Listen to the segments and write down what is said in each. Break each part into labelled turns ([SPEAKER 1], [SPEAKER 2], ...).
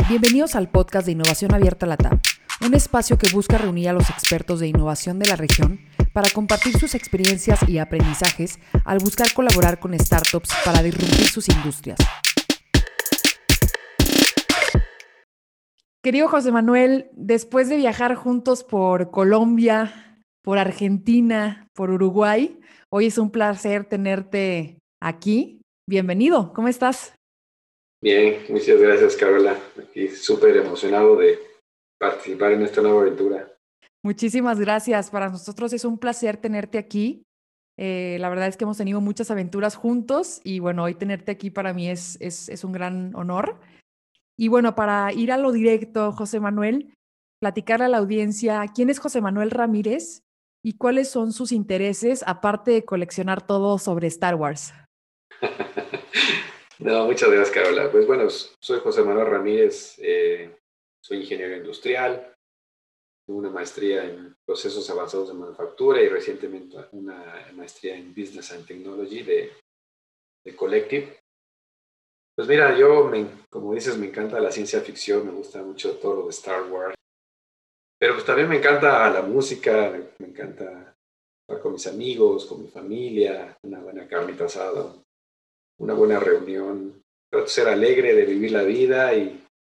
[SPEAKER 1] Bienvenidos al podcast de Innovación Abierta LATAM, un espacio que busca reunir a los expertos de innovación de la región para compartir sus experiencias y aprendizajes al buscar colaborar con startups para disrumpir sus industrias. Querido José Manuel, después de viajar juntos por Colombia, por Argentina, por Uruguay, hoy es un placer tenerte aquí. Bienvenido, ¿cómo estás?
[SPEAKER 2] Bien, muchas gracias, Carola. Aquí súper emocionado de participar en esta nueva aventura.
[SPEAKER 1] Muchísimas gracias. Para nosotros es un placer tenerte aquí. La verdad es que hemos tenido muchas aventuras juntos y bueno, hoy tenerte aquí para mí es un gran honor. Y bueno, para ir a lo directo, José Manuel, platicarle a la audiencia quién es José Manuel Ramírez y cuáles son sus intereses, aparte de coleccionar todo sobre Star Wars.
[SPEAKER 2] No, muchas gracias, Carola. Pues bueno, soy José Manuel Ramírez, soy ingeniero industrial, tengo una maestría en procesos avanzados de manufactura y recientemente una maestría en Business and Technology de Collective. Pues mira, como dices, me encanta la ciencia ficción, me gusta mucho todo lo de Star Wars, pero pues también me encanta la música, me encanta estar con mis amigos, con mi familia, una buena carnita asada, una buena reunión. Trato de ser alegre, de vivir la vida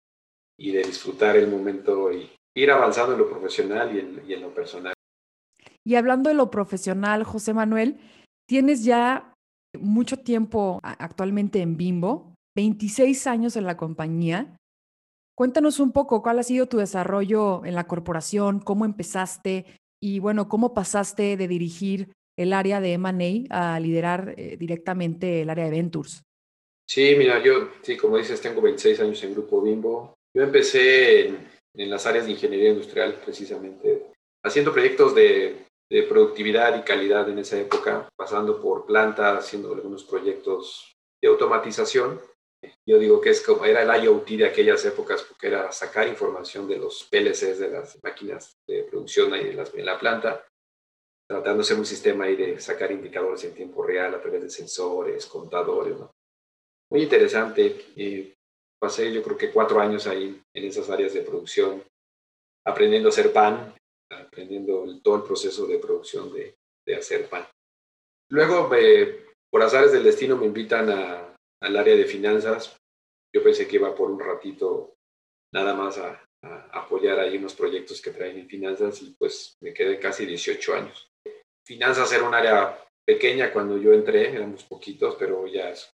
[SPEAKER 2] y de disfrutar el momento y ir avanzando en lo profesional y en lo personal.
[SPEAKER 1] Y hablando de lo profesional, José Manuel, tienes ya mucho tiempo actualmente en Bimbo, 26 años en la compañía. Cuéntanos un poco cuál ha sido tu desarrollo en la corporación, cómo empezaste y bueno, cómo pasaste de dirigir el área de M&A a liderar directamente el área de Ventures.
[SPEAKER 2] Sí, mira, sí, como dices, tengo 26 años en Grupo Bimbo. Yo empecé en las áreas de ingeniería industrial, precisamente, haciendo proyectos de productividad y calidad en esa época, pasando por plantas, haciendo algunos proyectos de automatización. Yo digo que era el IoT de aquellas épocas, porque era sacar información de los PLCs de las máquinas de producción ahí en la planta, tratando de hacer un sistema ahí de sacar indicadores en tiempo real a través de sensores, contadores, ¿no? Muy interesante. Pasé yo creo que 4 años ahí en esas áreas de producción, aprendiendo a hacer pan, aprendiendo todo el proceso de producción de hacer pan. Luego, por azares del destino, me invitan al área de finanzas. Yo pensé que iba por un ratito nada más a apoyar ahí unos proyectos que traen en finanzas y pues me quedé casi 18 años. Finanzas era un área pequeña cuando yo entré, éramos poquitos, pero ya es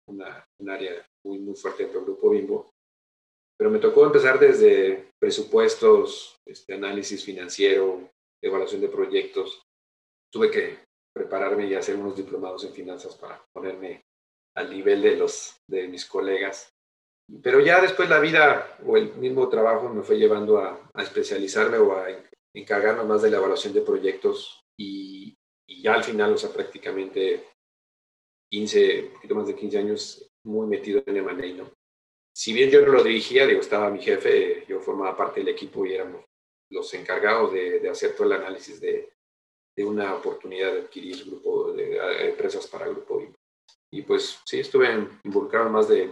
[SPEAKER 2] un área muy, muy fuerte dentro del Grupo Bimbo. Pero me tocó empezar desde presupuestos, análisis financiero, evaluación de proyectos. Tuve que prepararme y hacer unos diplomados en finanzas para ponerme al nivel de mis colegas. Pero ya después la vida o el mismo trabajo me fue llevando a especializarme o a encargarme más de la evaluación de proyectos y ya al final, o sea, prácticamente 15, un poquito más de 15 años muy metido en M&A, ¿no? Si bien yo no lo dirigía, digo, estaba mi jefe, yo formaba parte del equipo y éramos los encargados de hacer todo el análisis de una oportunidad de adquirir empresas para Grupo Bimbo. Y pues sí, estuve involucrado en más de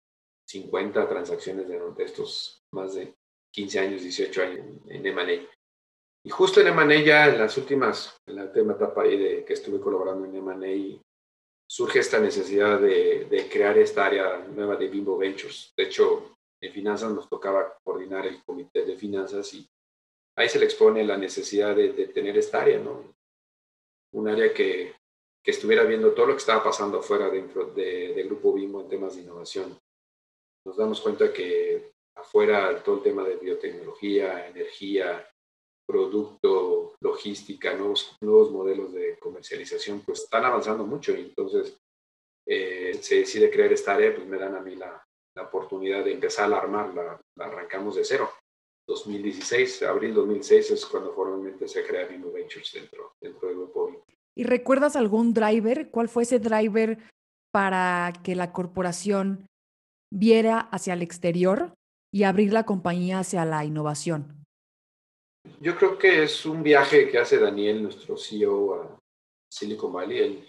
[SPEAKER 2] 50 transacciones de estos más de 15 años, 18 años en M&A. Y justo en M&A ya en la última etapa ahí de que estuve colaborando en M&A, surge esta necesidad de crear esta área nueva de Bimbo Ventures. De hecho, en finanzas nos tocaba coordinar el comité de finanzas y ahí se le expone la necesidad de tener esta área, ¿no? Un área que estuviera viendo todo lo que estaba pasando afuera dentro de Grupo Bimbo en temas de innovación. Nos damos cuenta que afuera todo el tema de biotecnología, energía, producto, logística, nuevos modelos de comercialización, pues están avanzando mucho y entonces se decide crear esta área, pues me dan a mí la oportunidad de empezar a armarla, la arrancamos de cero. 2016, abril 2006 es cuando formalmente se crea Bimbo Ventures dentro del grupo Bimbo.
[SPEAKER 1] ¿Y recuerdas algún driver? ¿Cuál fue ese driver para que la corporación viera hacia el exterior y abrir la compañía hacia la innovación?
[SPEAKER 2] Yo creo que es un viaje que hace Daniel, nuestro CEO, a Silicon Valley. Él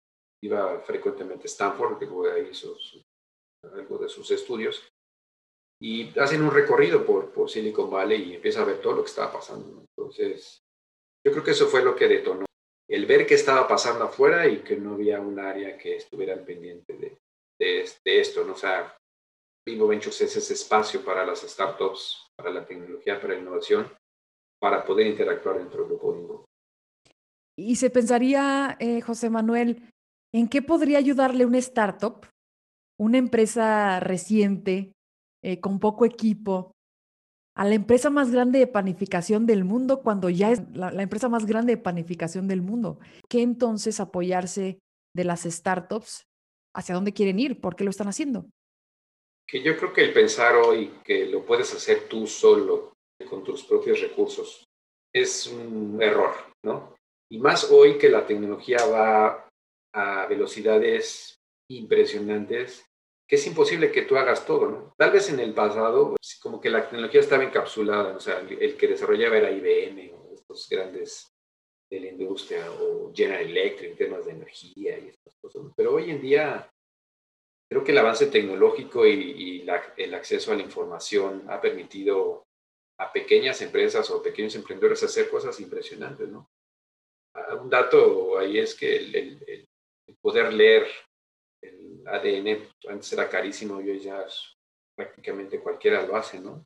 [SPEAKER 2] iba frecuentemente a Stanford, que ahí hizo algo de sus estudios. y hacen un recorrido por Silicon Valley y empieza a ver todo lo que estaba pasando, ¿no? Entonces, yo creo que eso fue lo que detonó el ver qué estaba pasando afuera y que no había un área que estuviera al pendiente de esto, ¿no? O sea, Bimbo Ventures es ese espacio para las startups, para la tecnología, para la innovación, para poder interactuar dentro del grupo Bimbo.
[SPEAKER 1] Y se pensaría, José Manuel, ¿en qué podría ayudarle una startup, una empresa reciente, con poco equipo, a la empresa más grande de panificación del mundo cuando ya es la empresa más grande de panificación del mundo? ¿Qué entonces apoyarse de las startups? ¿Hacia dónde quieren ir? ¿Por qué lo están haciendo?
[SPEAKER 2] Que yo creo que el pensar hoy que lo puedes hacer tú solo, con tus propios recursos, es un error, ¿no? Y más hoy que la tecnología va a velocidades impresionantes, que es imposible que tú hagas todo, ¿no? Tal vez en el pasado, como que la tecnología estaba encapsulada, o sea, el que desarrollaba era IBM o estos grandes de la industria o General Electric en temas de energía y estas cosas, ¿no? Pero hoy en día creo que el avance tecnológico y el acceso a la información ha permitido a pequeñas empresas o pequeños emprendedores hacer cosas impresionantes, ¿no? Un dato ahí es que el poder leer el ADN antes era carísimo, hoy ya prácticamente cualquiera lo hace, ¿no?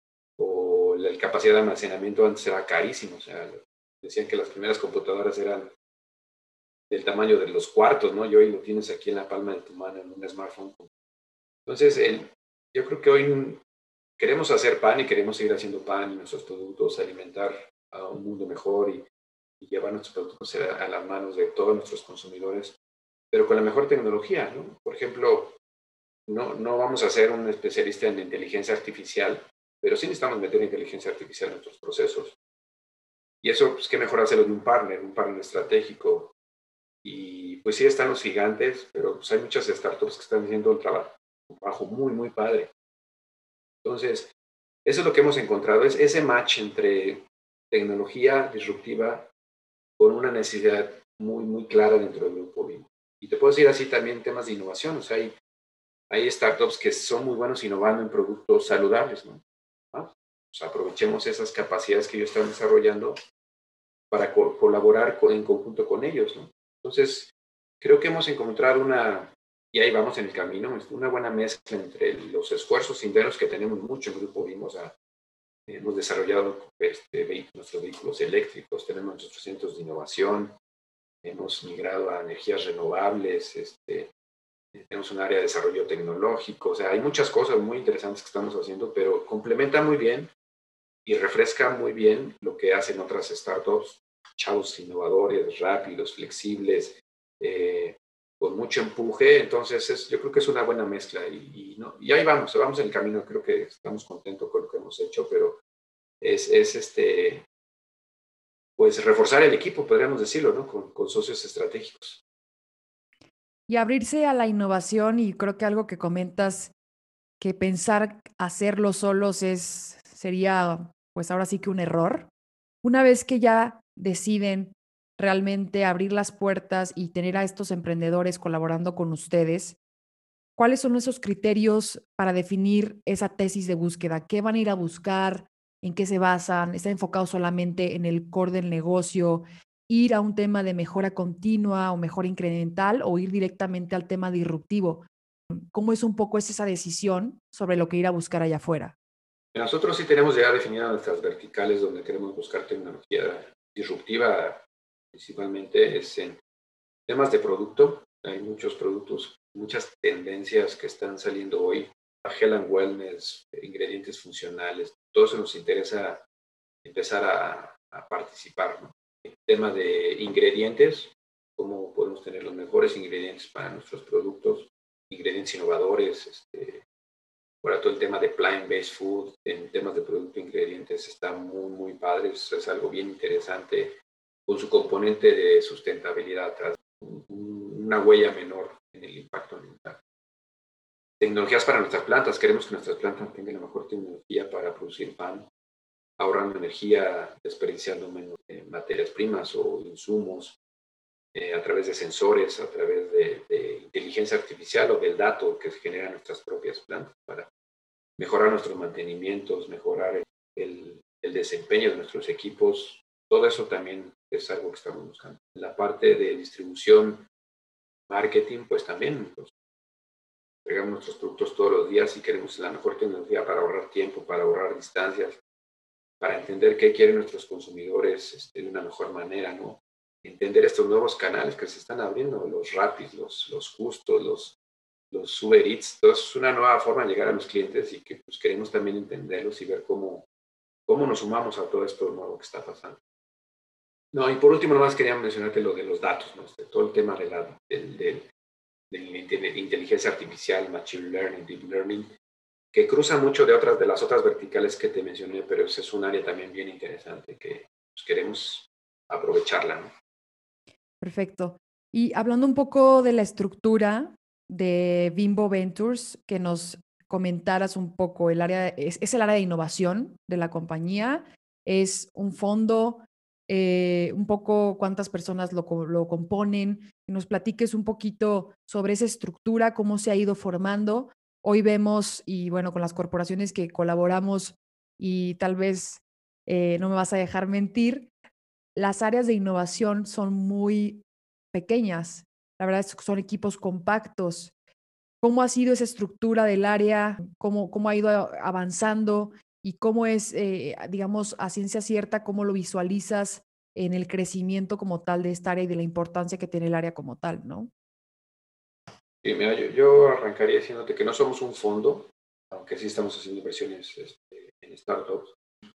[SPEAKER 2] O la capacidad de almacenamiento antes era carísimo, o sea, decían que las primeras computadoras eran del tamaño de los cuartos, ¿no? Y hoy lo tienes aquí en la palma de tu mano en un smartphone. Entonces, yo creo que hoy queremos hacer pan y queremos seguir haciendo pan y nuestros productos, alimentar a un mundo mejor y llevar nuestros productos a las manos de todos nuestros consumidores, pero con la mejor tecnología, ¿no? Por ejemplo, no vamos a ser un especialista en inteligencia artificial, pero sí necesitamos meter inteligencia artificial en nuestros procesos. Y eso, pues, qué mejor hacerlo de un partner estratégico. Y pues sí están los gigantes, pero pues hay muchas startups que están haciendo un trabajo muy, muy padre. Entonces, eso es lo que hemos encontrado, es ese match entre tecnología disruptiva con una necesidad muy, muy clara dentro del grupo BIM. Y te puedo decir así también temas de innovación, o sea, hay startups que son muy buenos innovando en productos saludables, ¿no? ¿Ah? Pues aprovechemos esas capacidades que ellos están desarrollando para colaborar en conjunto con ellos, ¿no? Entonces, creo que hemos encontrado y ahí vamos en el camino, una buena mezcla entre los esfuerzos internos que tenemos mucho en Grupo BIM, o sea, hemos desarrollado nuestros vehículos eléctricos, tenemos nuestros centros de innovación, hemos migrado a energías renovables, tenemos un área de desarrollo tecnológico, o sea, hay muchas cosas muy interesantes que estamos haciendo, pero complementa muy bien y refresca muy bien lo que hacen otras startups, chavos innovadores, rápidos, flexibles, eh, con mucho empuje. Entonces, yo creo que es una buena mezcla y ahí vamos en el camino. Creo que estamos contentos con lo que hemos hecho, pero es pues reforzar el equipo, podríamos decirlo, ¿no? Con socios estratégicos.
[SPEAKER 1] Y abrirse a la innovación, y creo que algo que comentas, que pensar hacerlo solos sería, pues ahora sí que un error. Una vez que ya deciden realmente abrir las puertas y tener a estos emprendedores colaborando con ustedes, ¿cuáles son esos criterios para definir esa tesis de búsqueda? ¿Qué van a ir a buscar? ¿En qué se basan? ¿Está enfocado solamente en el core del negocio? ¿Ir a un tema de mejora continua o mejora incremental o ir directamente al tema disruptivo? ¿Cómo es un poco esa decisión sobre lo que ir a buscar allá afuera?
[SPEAKER 2] Nosotros sí tenemos ya definidas nuestras verticales donde queremos buscar tecnología disruptiva, principalmente es en temas de producto. Hay muchos productos, muchas tendencias que están saliendo hoy. Health and Wellness, ingredientes funcionales, todo eso nos interesa empezar a participar, ¿no? El tema de ingredientes, cómo podemos tener los mejores ingredientes para nuestros productos, ingredientes innovadores, ahora todo el tema de plant-based food, en temas de producto e ingredientes está muy, muy padre, es algo bien interesante con su componente de sustentabilidad, una huella menor en el impacto ambiental. Tecnologías para nuestras plantas, queremos que nuestras plantas tengan la mejor tecnología para producir pan, ahorrando energía, desperdiciando menos materias primas o insumos, a través de sensores, a través de inteligencia artificial o del dato que se genera en nuestras propias plantas para mejorar nuestros mantenimientos, mejorar el desempeño de nuestros equipos. Todo eso también es algo que estamos buscando. En la parte de distribución, marketing, pues también entregamos nuestros productos todos los días y queremos la mejor tecnología para ahorrar tiempo, para ahorrar distancias, para entender qué quieren nuestros consumidores de una mejor manera, ¿no? Entender estos nuevos canales que se están abriendo, los Rappi, los Justos, los Uber Eats. Entonces, es una nueva forma de llegar a los clientes y que pues, queremos también entenderlos y ver cómo nos sumamos a todo esto nuevo que está pasando. No, y por último, nomás quería mencionarte lo de los datos, ¿no? Todo el tema de la inteligencia artificial, machine learning, deep learning, que cruza mucho de las otras verticales que te mencioné, pero ese es un área también bien interesante que pues, queremos aprovecharla, ¿no?
[SPEAKER 1] Perfecto. Y hablando un poco de la estructura de Bimbo Ventures, que nos comentaras un poco, es el área de innovación de la compañía, es un fondo, un poco cuántas personas lo componen, que nos platiques un poquito sobre esa estructura, cómo se ha ido formando. Hoy vemos, y bueno, con las corporaciones que colaboramos, y tal vez no me vas a dejar mentir, las áreas de innovación son muy pequeñas. La verdad es que son equipos compactos. ¿Cómo ha sido esa estructura del área? ¿Cómo ha ido avanzando? ¿Y cómo es, digamos, a ciencia cierta, cómo lo visualizas en el crecimiento como tal de esta área y de la importancia que tiene el área como tal, ¿no?
[SPEAKER 2] Y mira, yo arrancaría diciéndote que no somos un fondo, aunque sí estamos haciendo inversiones en startups.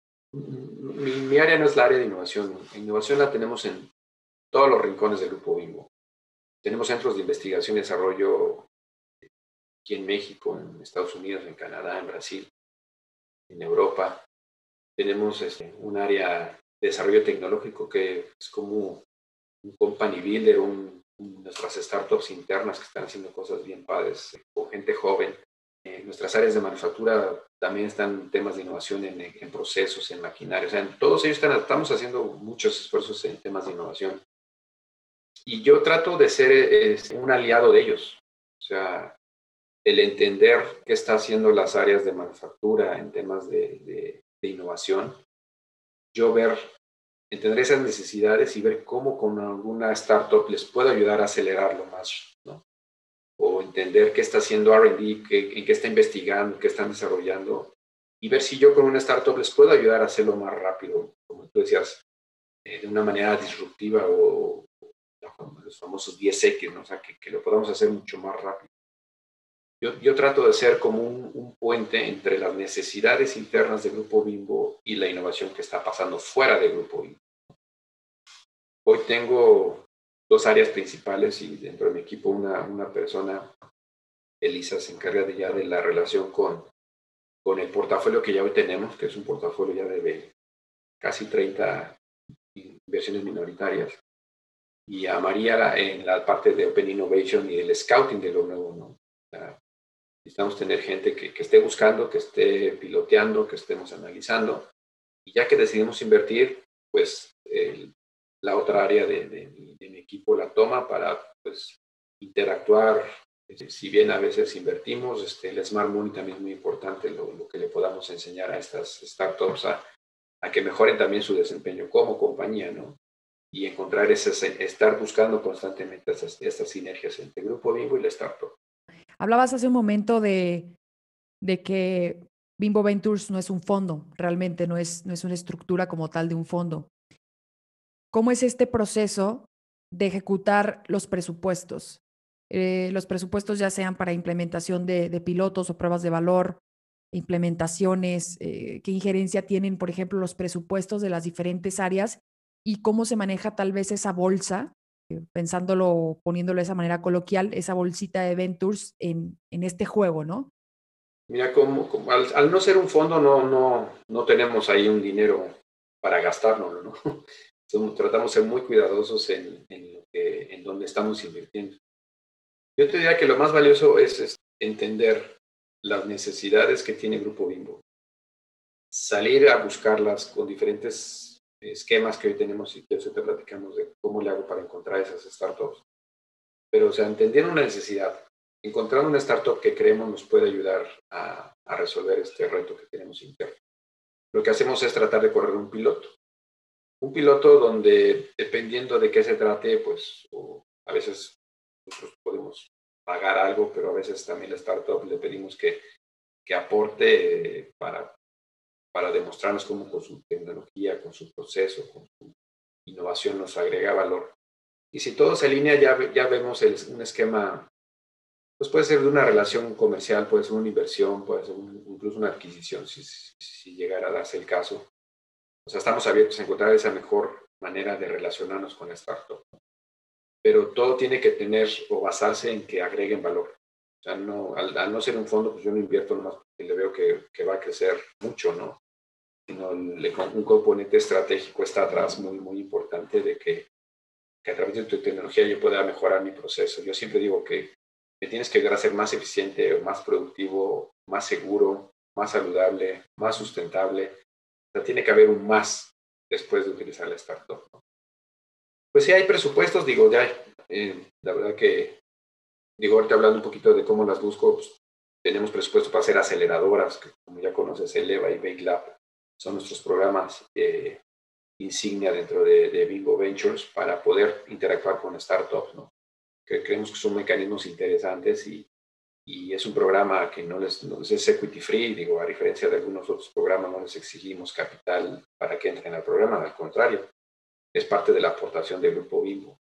[SPEAKER 2] Mi área no es la área de innovación. Innovación la tenemos en todos los rincones del Grupo Bimbo. Tenemos centros de investigación y desarrollo aquí en México, en Estados Unidos, en Canadá, en Brasil, en Europa. Tenemos un área de desarrollo tecnológico que es como un company builder, nuestras startups internas que están haciendo cosas bien padres, o gente joven. Nuestras áreas de manufactura también están temas de innovación en procesos, en maquinaria. O sea, en todos ellos estamos haciendo muchos esfuerzos en temas de innovación. Y yo trato de ser un aliado de ellos. O sea, el entender qué está haciendo las áreas de manufactura en temas de innovación, yo entender esas necesidades y ver cómo con alguna startup les puedo ayudar a acelerarlo más, ¿no? O entender qué está haciendo R&D, en qué está investigando, qué están desarrollando, y ver si yo con una startup les puedo ayudar a hacerlo más rápido, como tú decías, de una manera disruptiva o los famosos 10X, ¿no? O sea, que lo podamos hacer mucho más rápido. Yo trato de ser como un puente entre las necesidades internas del Grupo Bimbo y la innovación que está pasando fuera del Grupo Bimbo. Hoy tengo dos áreas principales y dentro de mi equipo una persona, Elisa, se encarga ya de la relación con el portafolio que ya hoy tenemos, que es un portafolio ya de casi 30 inversiones minoritarias. Y a María en la parte de Open Innovation y el scouting de lo nuevo, ¿no? Necesitamos tener gente que esté buscando, que esté piloteando, que estemos analizando. Y ya que decidimos invertir, pues la otra área de mi equipo la toma para pues, interactuar. Si bien a veces invertimos, el Smart Money también es muy importante, lo que le podamos enseñar a estas startups a que mejoren también su desempeño como compañía, ¿no? Y encontrar estar buscando constantemente estas sinergias entre el Grupo Bimbo y la startup.
[SPEAKER 1] Hablabas hace un momento de que Bimbo Ventures no es un fondo, realmente no es una estructura como tal de un fondo. ¿Cómo es este proceso de ejecutar los presupuestos? Los presupuestos ya sean para implementación de pilotos o pruebas de valor, implementaciones, qué injerencia tienen, por ejemplo, los presupuestos de las diferentes áreas y cómo se maneja tal vez esa bolsa, pensándolo, poniéndolo de esa manera coloquial, esa bolsita de ventures en este juego, ¿no?
[SPEAKER 2] Mira, al no ser un fondo, no tenemos ahí un dinero para gastárnoslo, ¿no? Tratamos de ser muy cuidadosos en donde estamos invirtiendo. Yo te diría que lo más valioso es entender las necesidades que tiene Grupo Bimbo, salir a buscarlas con diferentes esquemas que hoy tenemos y que eso te platicamos de cómo le hago para encontrar esas startups. Pero, o sea, entendiendo una necesidad, encontrar una startup que creemos nos puede ayudar a resolver este reto que tenemos interno. Lo que hacemos es tratar de correr un piloto. Un piloto donde, dependiendo de qué se trate, pues a veces nosotros podemos pagar algo, pero a veces también la startup le pedimos que aporte para demostrarnos cómo con su tecnología, con su proceso, con su innovación nos agrega valor. Y si todo se alinea, ya vemos un esquema, pues puede ser de una relación comercial, puede ser una inversión, puede ser incluso una adquisición, si llegara a darse el caso. O sea, estamos abiertos a encontrar esa mejor manera de relacionarnos con la startup. Pero todo tiene que tener o basarse en que agreguen valor. O sea, al no ser un fondo, pues yo no invierto nomás porque le veo que va a crecer mucho, ¿no? Sino un componente estratégico está atrás muy, muy importante de que a través de tu tecnología yo pueda mejorar mi proceso. Yo siempre digo que me tienes que ayudar a ser más eficiente, más productivo, más seguro, más saludable, más sustentable. O sea, tiene que haber un más después de utilizar la startup, ¿no? Pues sí, hay presupuestos, digo, ya, la verdad que, digo, ahorita hablando un poquito de cómo las busco, pues, tenemos presupuesto para hacer aceleradoras, que como ya conoces, Eleva y Bake Lab, son nuestros programas insignia dentro de Bimbo Ventures para poder interactuar con startups, ¿no? Que creemos que son mecanismos interesantes y es un programa que no les es equity free, digo, a diferencia de algunos otros programas, no les exigimos capital para que entren al programa, al contrario, es parte de la aportación del Grupo Bimbo.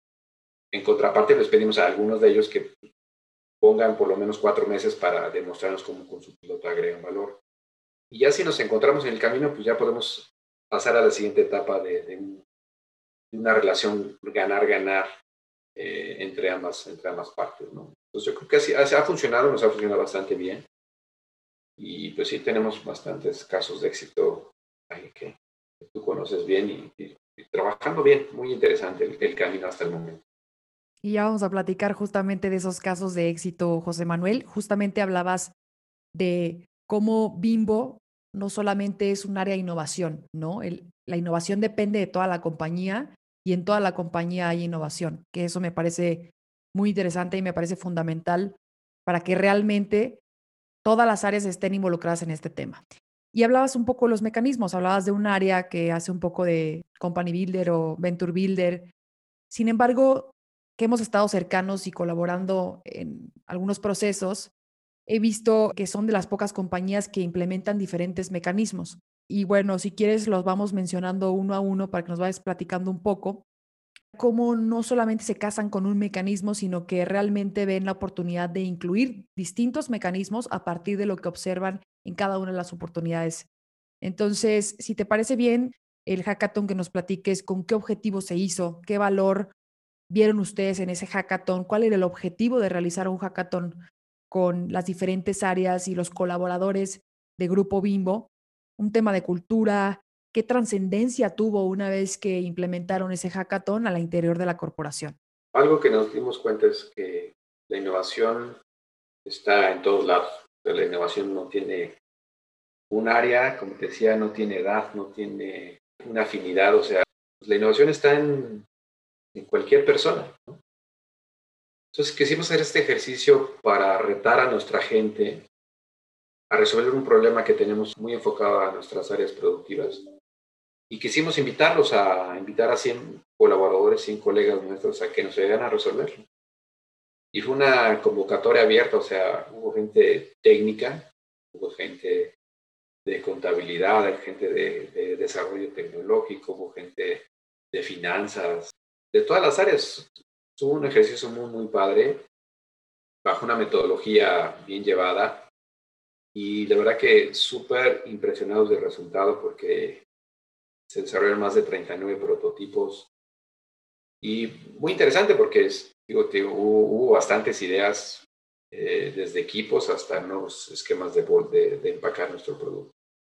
[SPEAKER 2] En contraparte, les pedimos a algunos de ellos que pongan por lo menos 4 meses para demostrarnos cómo con su piloto agregan valor. Y ya si nos encontramos en el camino, pues ya podemos pasar a la siguiente etapa de una relación ganar-ganar entre ambas partes, ¿no? Entonces yo creo que así ha funcionado, nos ha funcionado bastante bien. Y pues sí, tenemos bastantes casos de éxito ahí que tú conoces bien y trabajando bien, muy interesante el camino hasta el momento.
[SPEAKER 1] Y ya vamos a platicar justamente de esos casos de éxito, José Manuel. Justamente hablabas de cómo Bimbo no solamente es un área de innovación, ¿no? La innovación depende de toda la compañía y en toda la compañía hay innovación, que eso me parece muy interesante y me parece fundamental para que realmente todas las áreas estén involucradas en este tema. Y hablabas un poco de los mecanismos, hablabas de un área que hace un poco de company builder o venture builder. Sin embargo, que hemos estado cercanos y colaborando en algunos procesos, he visto que son de las pocas compañías que implementan diferentes mecanismos. Y bueno, si quieres, los vamos mencionando uno a uno para que nos vayas platicando un poco cómo no solamente se casan con un mecanismo, sino que realmente ven la oportunidad de incluir distintos mecanismos a partir de lo que observan en cada una de las oportunidades. Entonces, si te parece bien, el hackathon que nos platiques, con qué objetivo se hizo, qué valor vieron ustedes en ese hackathon, cuál era el objetivo de realizar un hackathon con las diferentes áreas y los colaboradores de Grupo Bimbo, un tema de cultura, qué trascendencia tuvo una vez que implementaron ese hackathon al interior de la corporación.
[SPEAKER 2] Algo que nos dimos cuenta es que la innovación está en todos lados. La innovación no tiene un área, como te decía, no tiene edad, no tiene una afinidad. O sea, la innovación está en cualquier persona, ¿no? Entonces quisimos hacer este ejercicio para retar a nuestra gente a resolver un problema que tenemos muy enfocado a nuestras áreas productivas. Y quisimos invitar a 100 colaboradores, 100 colegas nuestros a que nos ayudaran a resolverlo. Y fue una convocatoria abierta, o sea, hubo gente técnica, hubo gente de contabilidad, gente de desarrollo tecnológico, hubo gente de finanzas, de todas las áreas. Hubo un ejercicio muy, muy padre, bajo una metodología bien llevada, y la verdad que súper impresionados del resultado porque se desarrollaron más de 39 prototipos y muy interesante porque hubo bastantes ideas, desde equipos hasta nuevos esquemas de empacar nuestro producto.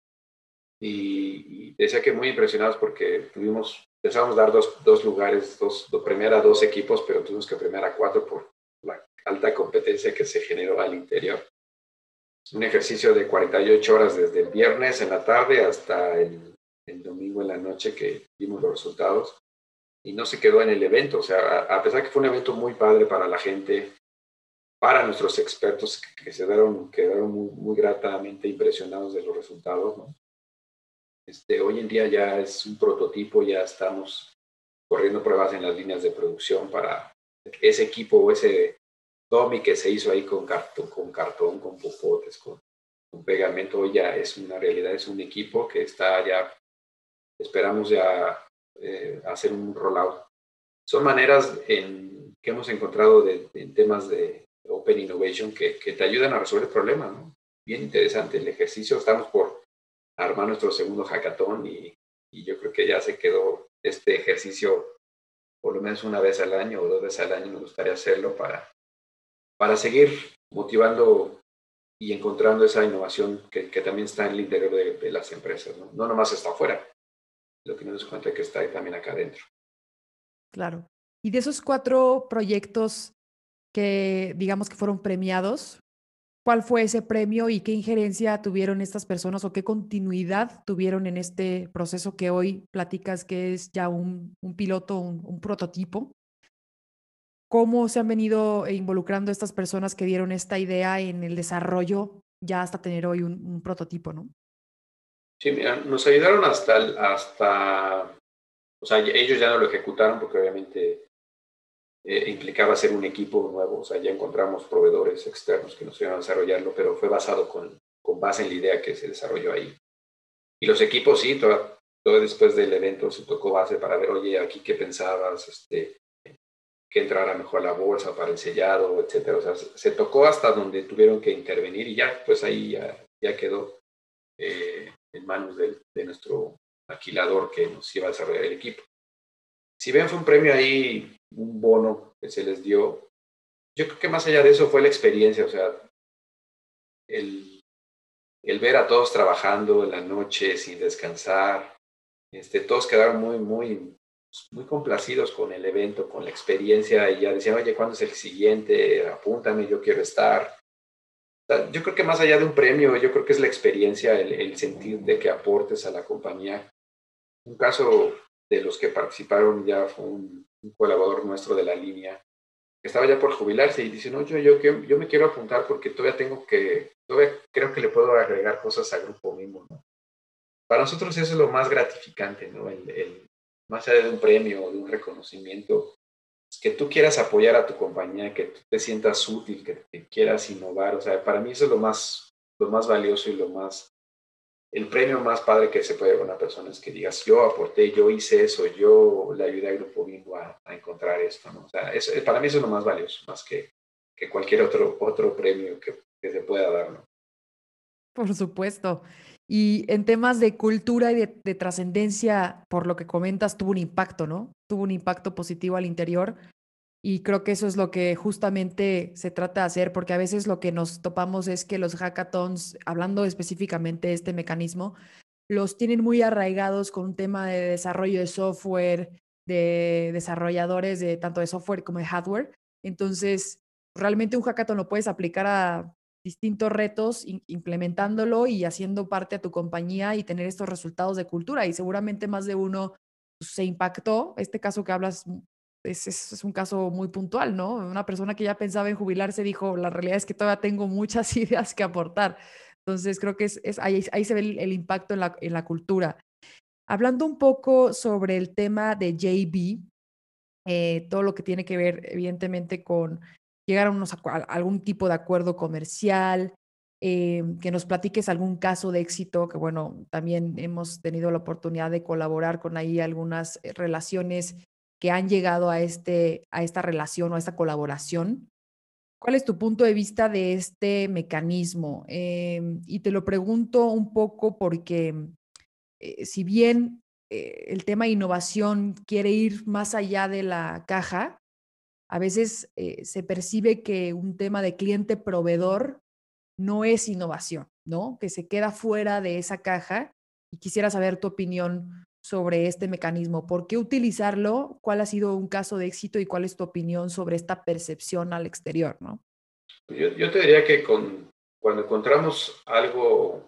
[SPEAKER 2] Y decía que muy impresionados porque pensábamos dar dos lugares, premiar a 2 equipos, pero tuvimos que premiar a 4 por la alta competencia que se generó al interior. Un ejercicio de 48 horas desde el viernes en la tarde hasta el domingo en la noche que vimos los resultados y no se quedó en el evento. O sea, a pesar que fue un evento muy padre para la gente, para nuestros expertos que quedaron muy gratamente impresionados de los resultados, ¿no? Hoy en día ya es un prototipo, ya estamos corriendo pruebas en las líneas de producción para ese equipo o ese dummy que se hizo ahí con cartón, con popotes, con pegamento. Hoy ya es una realidad, es un equipo que está ya, esperamos ya hacer un rollout. Son maneras que hemos encontrado en temas de Open Innovation que te ayudan a resolver problemas, ¿no? Bien interesante el ejercicio. Estamos por armar nuestro segundo hackathon y yo creo que ya se quedó este ejercicio por lo menos una vez al año o 2 veces al año. Me gustaría hacerlo para seguir motivando y encontrando esa innovación que también está en el interior de las empresas, ¿no? No nomás está afuera, lo que nos damos cuenta es que está ahí también acá adentro.
[SPEAKER 1] Claro. Y de esos 4 proyectos que digamos que fueron premiados, ¿cuál fue ese premio y qué injerencia tuvieron estas personas o qué continuidad tuvieron en este proceso que hoy platicas que es ya un piloto, un prototipo? ¿Cómo se han venido involucrando estas personas que dieron esta idea en el desarrollo ya hasta tener hoy un prototipo, ¿no?
[SPEAKER 2] Sí, mira, nos ayudaron o sea, ellos ya no lo ejecutaron porque obviamente implicaba hacer un equipo nuevo, o sea, ya encontramos proveedores externos que nos iban a desarrollarlo, pero fue basado con base en la idea que se desarrolló ahí. Y los equipos, sí, todo después del evento se tocó base para ver, oye, aquí qué pensabas, que entrara mejor a la bolsa para el sellado, etcétera. O sea, se tocó hasta donde tuvieron que intervenir y ya, pues ahí ya quedó en manos de nuestro maquilador que nos iba a desarrollar el equipo. Si bien fue un premio ahí, un bono que se les dio, yo creo que más allá de eso fue la experiencia, o sea, el, el ver a todos trabajando en la noche sin descansar, todos quedaron muy complacidos con el evento, con la experiencia, y ya decían, oye, ¿cuándo es el siguiente? Apúntame, yo quiero estar. O sea, yo creo que más allá de un premio, yo creo que es la experiencia, el sentir de que aportes a la compañía. Un caso de los que participaron ya fue un colaborador nuestro de la línea, que estaba ya por jubilarse y dice, no, yo me quiero apuntar porque todavía creo que le puedo agregar cosas al grupo mismo, ¿no? Para nosotros eso es lo más gratificante, ¿no? Más allá de un premio o de un reconocimiento, es que tú quieras apoyar a tu compañía, que tú te sientas útil, que quieras innovar. O sea, para mí eso es lo más valioso y el premio más padre que se puede dar a una persona es que digas, yo aporté, yo hice eso, yo le ayudé al grupo Bimbo a encontrar esto, ¿no? O sea, para mí eso es lo más valioso, más que cualquier otro premio que se pueda dar, ¿no?
[SPEAKER 1] Por supuesto. Y en temas de cultura y de trascendencia, por lo que comentas, tuvo un impacto, ¿no? Tuvo un impacto positivo al interior. Y creo que eso es lo que justamente se trata de hacer, porque a veces lo que nos topamos es que los hackathons, hablando específicamente de este mecanismo, los tienen muy arraigados con un tema de desarrollo de software, de desarrolladores de tanto de software como de hardware. Entonces, realmente un hackathon lo puedes aplicar a distintos retos, implementándolo y haciendo parte a tu compañía y tener estos resultados de cultura. Y seguramente más de uno pues, se impactó. Este caso que hablas es un caso muy puntual, ¿no? Una persona que ya pensaba en jubilarse dijo, la realidad es que todavía tengo muchas ideas que aportar. Entonces creo que ahí se ve el impacto en la cultura. Hablando un poco sobre el tema de JB, todo lo que tiene que ver evidentemente con llegar a algún tipo de acuerdo comercial, que nos platiques algún caso de éxito, que bueno, también hemos tenido la oportunidad de colaborar con ahí algunas relaciones que han llegado a esta relación o a esta colaboración. ¿Cuál es tu punto de vista de este mecanismo? Y te lo pregunto un poco porque si bien el tema de innovación quiere ir más allá de la caja, a veces se percibe que un tema de cliente-proveedor no es innovación, ¿no? Que se queda fuera de esa caja y quisiera saber tu opinión sobre este mecanismo. ¿Por qué utilizarlo? ¿Cuál ha sido un caso de éxito y cuál es tu opinión sobre esta percepción al exterior, ¿no?
[SPEAKER 2] Yo te diría que cuando encontramos algo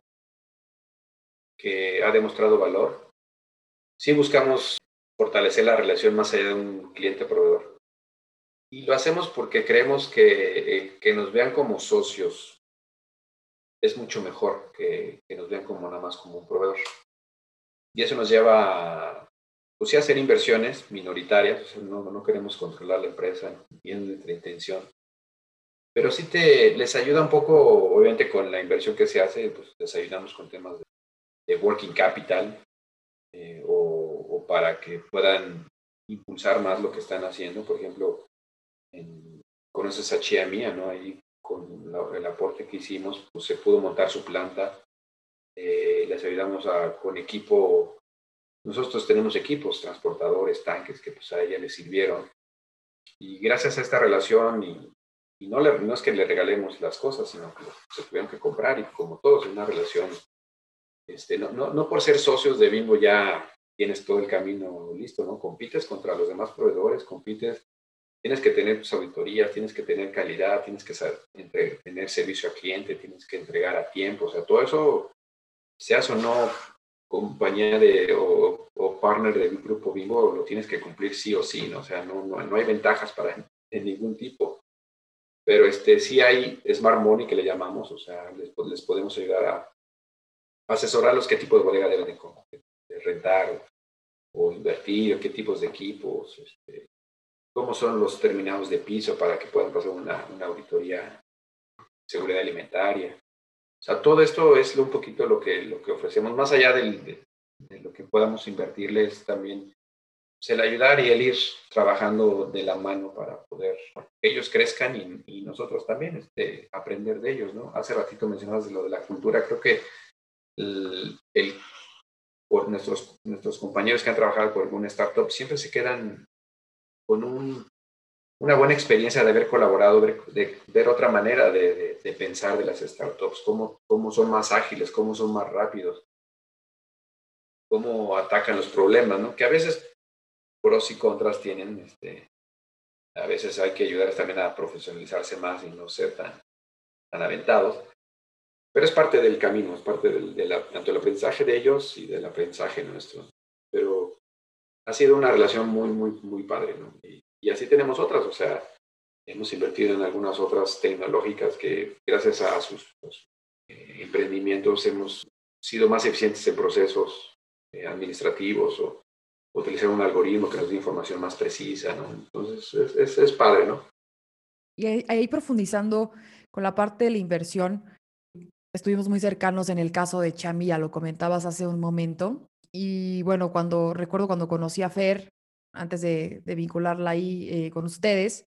[SPEAKER 2] que ha demostrado valor, sí buscamos fortalecer la relación más allá de un cliente-proveedor. Y lo hacemos porque creemos que que nos vean como socios es mucho mejor que nos vean como nada más como un proveedor. Y eso nos lleva a, pues sí, a hacer inversiones minoritarias. O sea, no queremos controlar la empresa, ni es nuestra intención. Pero sí les ayuda un poco, obviamente con la inversión que se hace, pues les ayudamos con temas de working capital, o para que puedan impulsar más lo que están haciendo. Por ejemplo, conoces a Chia Mía, ¿no? Ahí con el aporte que hicimos, pues se pudo montar su planta. Les ayudamos con equipo. Nosotros tenemos equipos, transportadores, tanques, que pues a ella le sirvieron. Y gracias a esta relación, y no es que le regalemos las cosas, sino que se tuvieron que comprar, y como todos en una relación, no por ser socios de Bimbo ya tienes todo el camino listo, ¿no? Compites contra los demás proveedores, tienes que tener tus auditorías, tienes que tener calidad, tienes que tener servicio al cliente, tienes que entregar a tiempo. O sea, todo eso, seas o no compañía o partner del grupo Bimbo, lo tienes que cumplir sí o sí, ¿no? O sea, no hay ventajas de ningún tipo. Pero sí hay Smart Money, que le llamamos. O sea, les podemos ayudar a asesorarlos qué tipo de bodega deben de rentar o invertir, o qué tipos de equipos, cómo son los terminados de piso para que puedan pasar una auditoría de seguridad alimentaria. O sea, todo esto es un poquito lo que ofrecemos, más allá de lo que podamos invertirles también, pues el ayudar y el ir trabajando de la mano para poder que ellos crezcan, y nosotros también aprender de ellos, ¿no? Hace ratito mencionabas de lo de la cultura. Creo que por nuestros compañeros que han trabajado por alguna startup siempre se quedan con una buena experiencia de haber colaborado, de ver otra manera de pensar de las startups, cómo son más ágiles, cómo son más rápidos, cómo atacan los problemas, ¿no? Que a veces pros y contras tienen. A veces hay que ayudar también a profesionalizarse más y no ser tan aventados, pero es parte del camino, es parte tanto del aprendizaje de ellos y del aprendizaje nuestro. Pero ha sido una relación muy, muy, muy padre, ¿no? Y así tenemos otras. O sea, hemos invertido en algunas otras tecnológicas que, gracias a sus emprendimientos, hemos sido más eficientes en procesos administrativos, o utilizar un algoritmo que nos dé información más precisa, ¿no? Entonces, es padre, ¿no?
[SPEAKER 1] Y ahí profundizando con la parte de la inversión, estuvimos muy cercanos en el caso de Chami, ya lo comentabas hace un momento. Y bueno, recuerdo cuando conocí a Fer, antes de vincularla ahí con ustedes,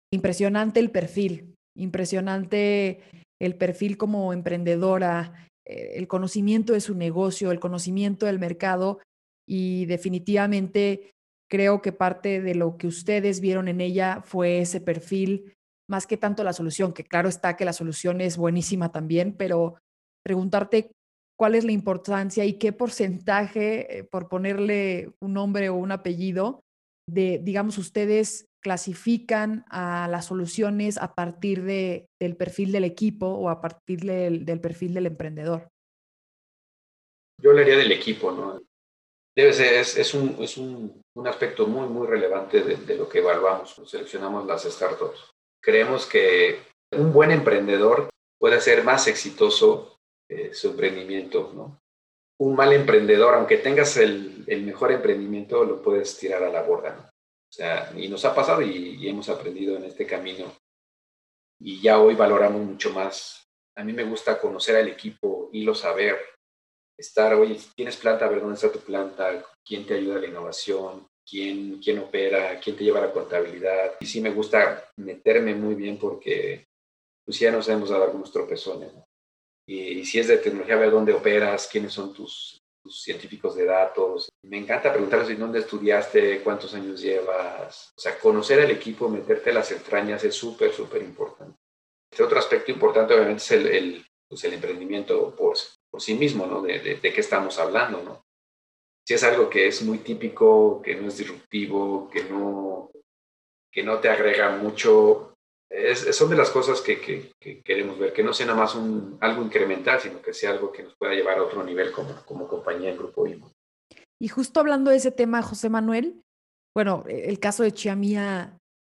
[SPEAKER 1] impresionante el perfil como emprendedora, el conocimiento de su negocio, el conocimiento del mercado, y definitivamente creo que parte de lo que ustedes vieron en ella fue ese perfil, más que tanto la solución, que claro está que la solución es buenísima también, pero preguntarte cuál es la importancia y qué porcentaje, por ponerle un nombre o un apellido, digamos, ustedes clasifican a las soluciones a partir del perfil del equipo o a partir del perfil del emprendedor.
[SPEAKER 2] Yo hablaría del equipo, ¿no? Debe ser, es un aspecto muy, muy relevante de lo que evaluamos cuando seleccionamos las startups. Creemos que un buen emprendedor puede ser más exitoso su emprendimiento, ¿no? Un mal emprendedor, aunque tengas el mejor emprendimiento, lo puedes tirar a la borda, ¿no? O sea, y nos ha pasado, y hemos aprendido en este camino, y ya hoy valoramos mucho más. A mí me gusta conocer al equipo, y lo saber, oye, si tienes planta, a ver dónde está tu planta, quién te ayuda a la innovación, quién opera, quién te lleva la contabilidad. Y sí me gusta meterme muy bien, porque pues ya nos hemos dado algunos tropezones, ¿no? Y si es de tecnología, ver dónde operas, quiénes son tus científicos de datos. Me encanta preguntarles en dónde estudiaste, cuántos años llevas. O sea, conocer al equipo, meterte a las entrañas es súper, súper importante. Este otro aspecto importante, obviamente, es el emprendimiento por sí mismo, ¿no? De qué estamos hablando, ¿no? Si es algo que es muy típico, que no es disruptivo, que no te agrega mucho, son de las cosas que queremos ver, que no sea nada más algo incremental, sino que sea algo que nos pueda llevar a otro nivel como compañía en Grupo IMO.
[SPEAKER 1] Y justo hablando de ese tema, José Manuel, bueno, el caso de Chia Mía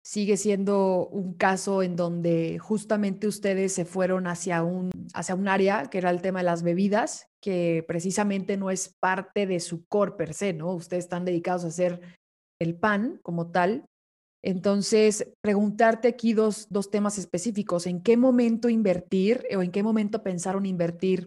[SPEAKER 1] sigue siendo un caso en donde justamente ustedes se fueron hacia un área que era el tema de las bebidas, que precisamente no es parte de su core per se, ¿no? Ustedes están dedicados a hacer el pan como tal. Entonces, preguntarte aquí dos temas específicos. ¿En qué momento invertir o en qué momento pensaron invertir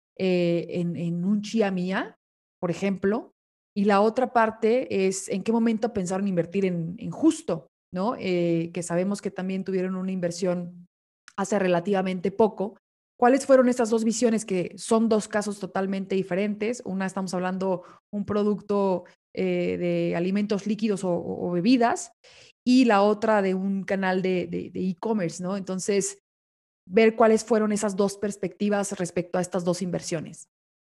[SPEAKER 1] en un Chia Mía, por ejemplo? Y la otra parte es, ¿en qué momento pensaron invertir en Justo, ¿no? Que sabemos que también tuvieron una inversión hace relativamente poco. ¿Cuáles fueron estas dos visiones que son dos casos totalmente diferentes? Una, estamos hablando un producto de alimentos líquidos o bebidas, y la otra de un canal de e-commerce, ¿no? Entonces, ver cuáles fueron esas dos perspectivas respecto a estas dos inversiones.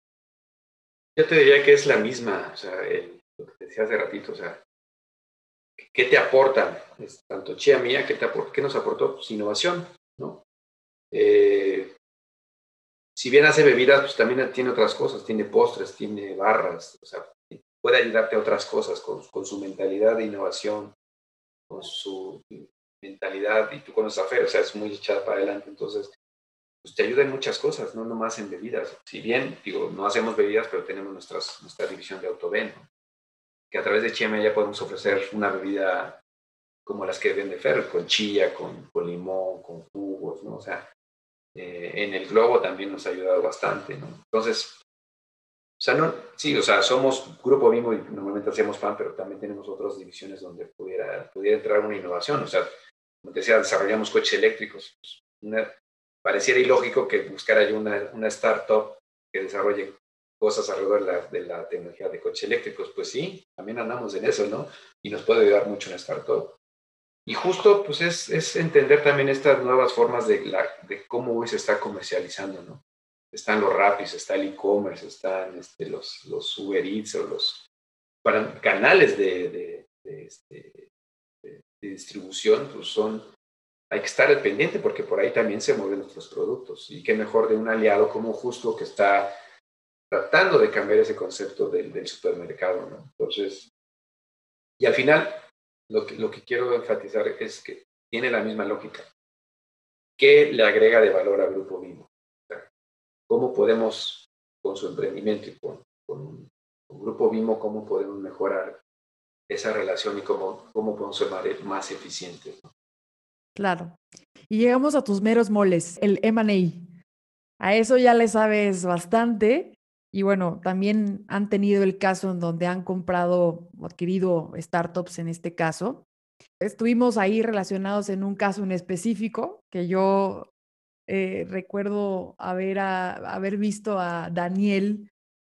[SPEAKER 2] Yo te diría que es la misma, o sea, lo que te decía hace ratito, o sea, ¿qué te aportan? Tanto Chia Mía, ¿qué nos aportó? Pues innovación, ¿no? Eh, si bien hace bebidas, pues también tiene otras cosas, tiene postres, tiene barras, o sea, puede ayudarte a otras cosas con su mentalidad de innovación, con su mentalidad, y tú conoces a Fer, o sea, es muy echada para adelante, entonces, pues te ayuda en muchas cosas, no nomás en bebidas. Si bien, digo, no hacemos bebidas, pero tenemos nuestra división de Autoven, ¿no? Que a través de Chime ya podemos ofrecer una bebida como las que vende Fer, con chía, con limón, con jugos, ¿no? O sea, en el Globo también nos ha ayudado bastante, ¿no? Entonces, o sea, no, sí, o sea, somos Grupo Bimbo y normalmente hacemos pan, pero también tenemos otras divisiones donde pudiera entrar una innovación. O sea, como te decía, desarrollamos coches eléctricos. Pues, pareciera ilógico que buscara yo una startup que desarrolle cosas alrededor de la tecnología de coches eléctricos. Pues sí, también andamos en eso, ¿no? Y nos puede ayudar mucho una startup. Y justo, pues es entender también estas nuevas formas de cómo hoy se está comercializando, ¿no? Están los Rapis, está el e-commerce, están los Uber Eats o los canales de distribución, pues hay que estar al pendiente porque por ahí también se mueven nuestros productos. Y qué mejor de un aliado como Justo que está tratando de cambiar ese concepto del supermercado, ¿no? Entonces, y al final, lo que quiero enfatizar es que tiene la misma lógica. ¿Qué le agrega de valor al Grupo Bimbo? O sea, ¿cómo podemos, con su emprendimiento y con Grupo Bimbo, cómo podemos mejorar esa relación y cómo podemos ser más eficientes, ¿no?
[SPEAKER 1] Claro. Y llegamos a tus meros moles, el M&A. A eso ya le sabes bastante. Y bueno, también han tenido el caso en donde han comprado o adquirido startups en este caso. Estuvimos ahí relacionados en un caso en específico que yo recuerdo haber visto a Daniel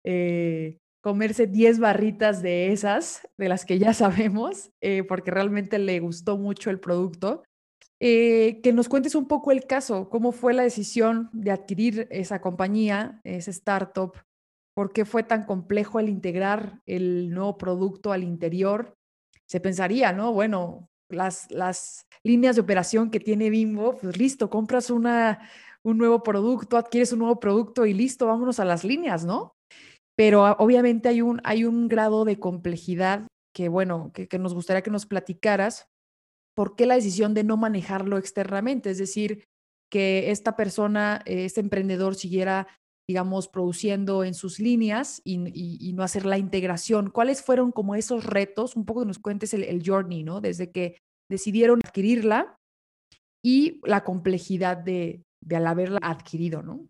[SPEAKER 1] comerse 10 barritas de esas, de las que ya sabemos, porque realmente le gustó mucho el producto. Que nos cuentes un poco el caso, cómo fue la decisión de adquirir esa compañía, esa startup, por qué fue tan complejo el integrar el nuevo producto al interior. Se pensaría, ¿no? Bueno, las líneas de operación que tiene Bimbo, pues listo, compras un nuevo producto, adquieres un nuevo producto y listo, vámonos a las líneas, ¿no? Pero obviamente hay un grado de complejidad que, bueno, que nos gustaría que nos platicaras. ¿Por qué la decisión de no manejarlo externamente? Es decir, que esta persona, este emprendedor siguiera, digamos, produciendo en sus líneas y no hacer la integración. ¿Cuáles fueron como esos retos? Un poco que nos cuentes el journey, ¿no? Desde que decidieron adquirirla y la complejidad de al haberla adquirido, ¿no?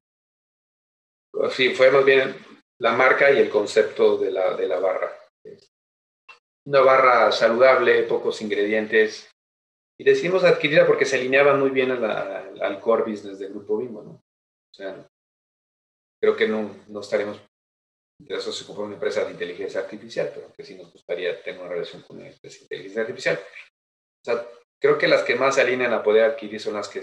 [SPEAKER 2] Sí, fue más bien la marca y el concepto de la barra. Una barra saludable, pocos ingredientes. Y decidimos adquirirla porque se alineaba muy bien al core business del Grupo Bimbo, ¿no? O sea, creo que no estaremos interesados en comprar una empresa de inteligencia artificial, pero que sí nos gustaría tener una relación con una empresa de inteligencia artificial. O sea, creo que las que más se alinean a poder adquirir son las que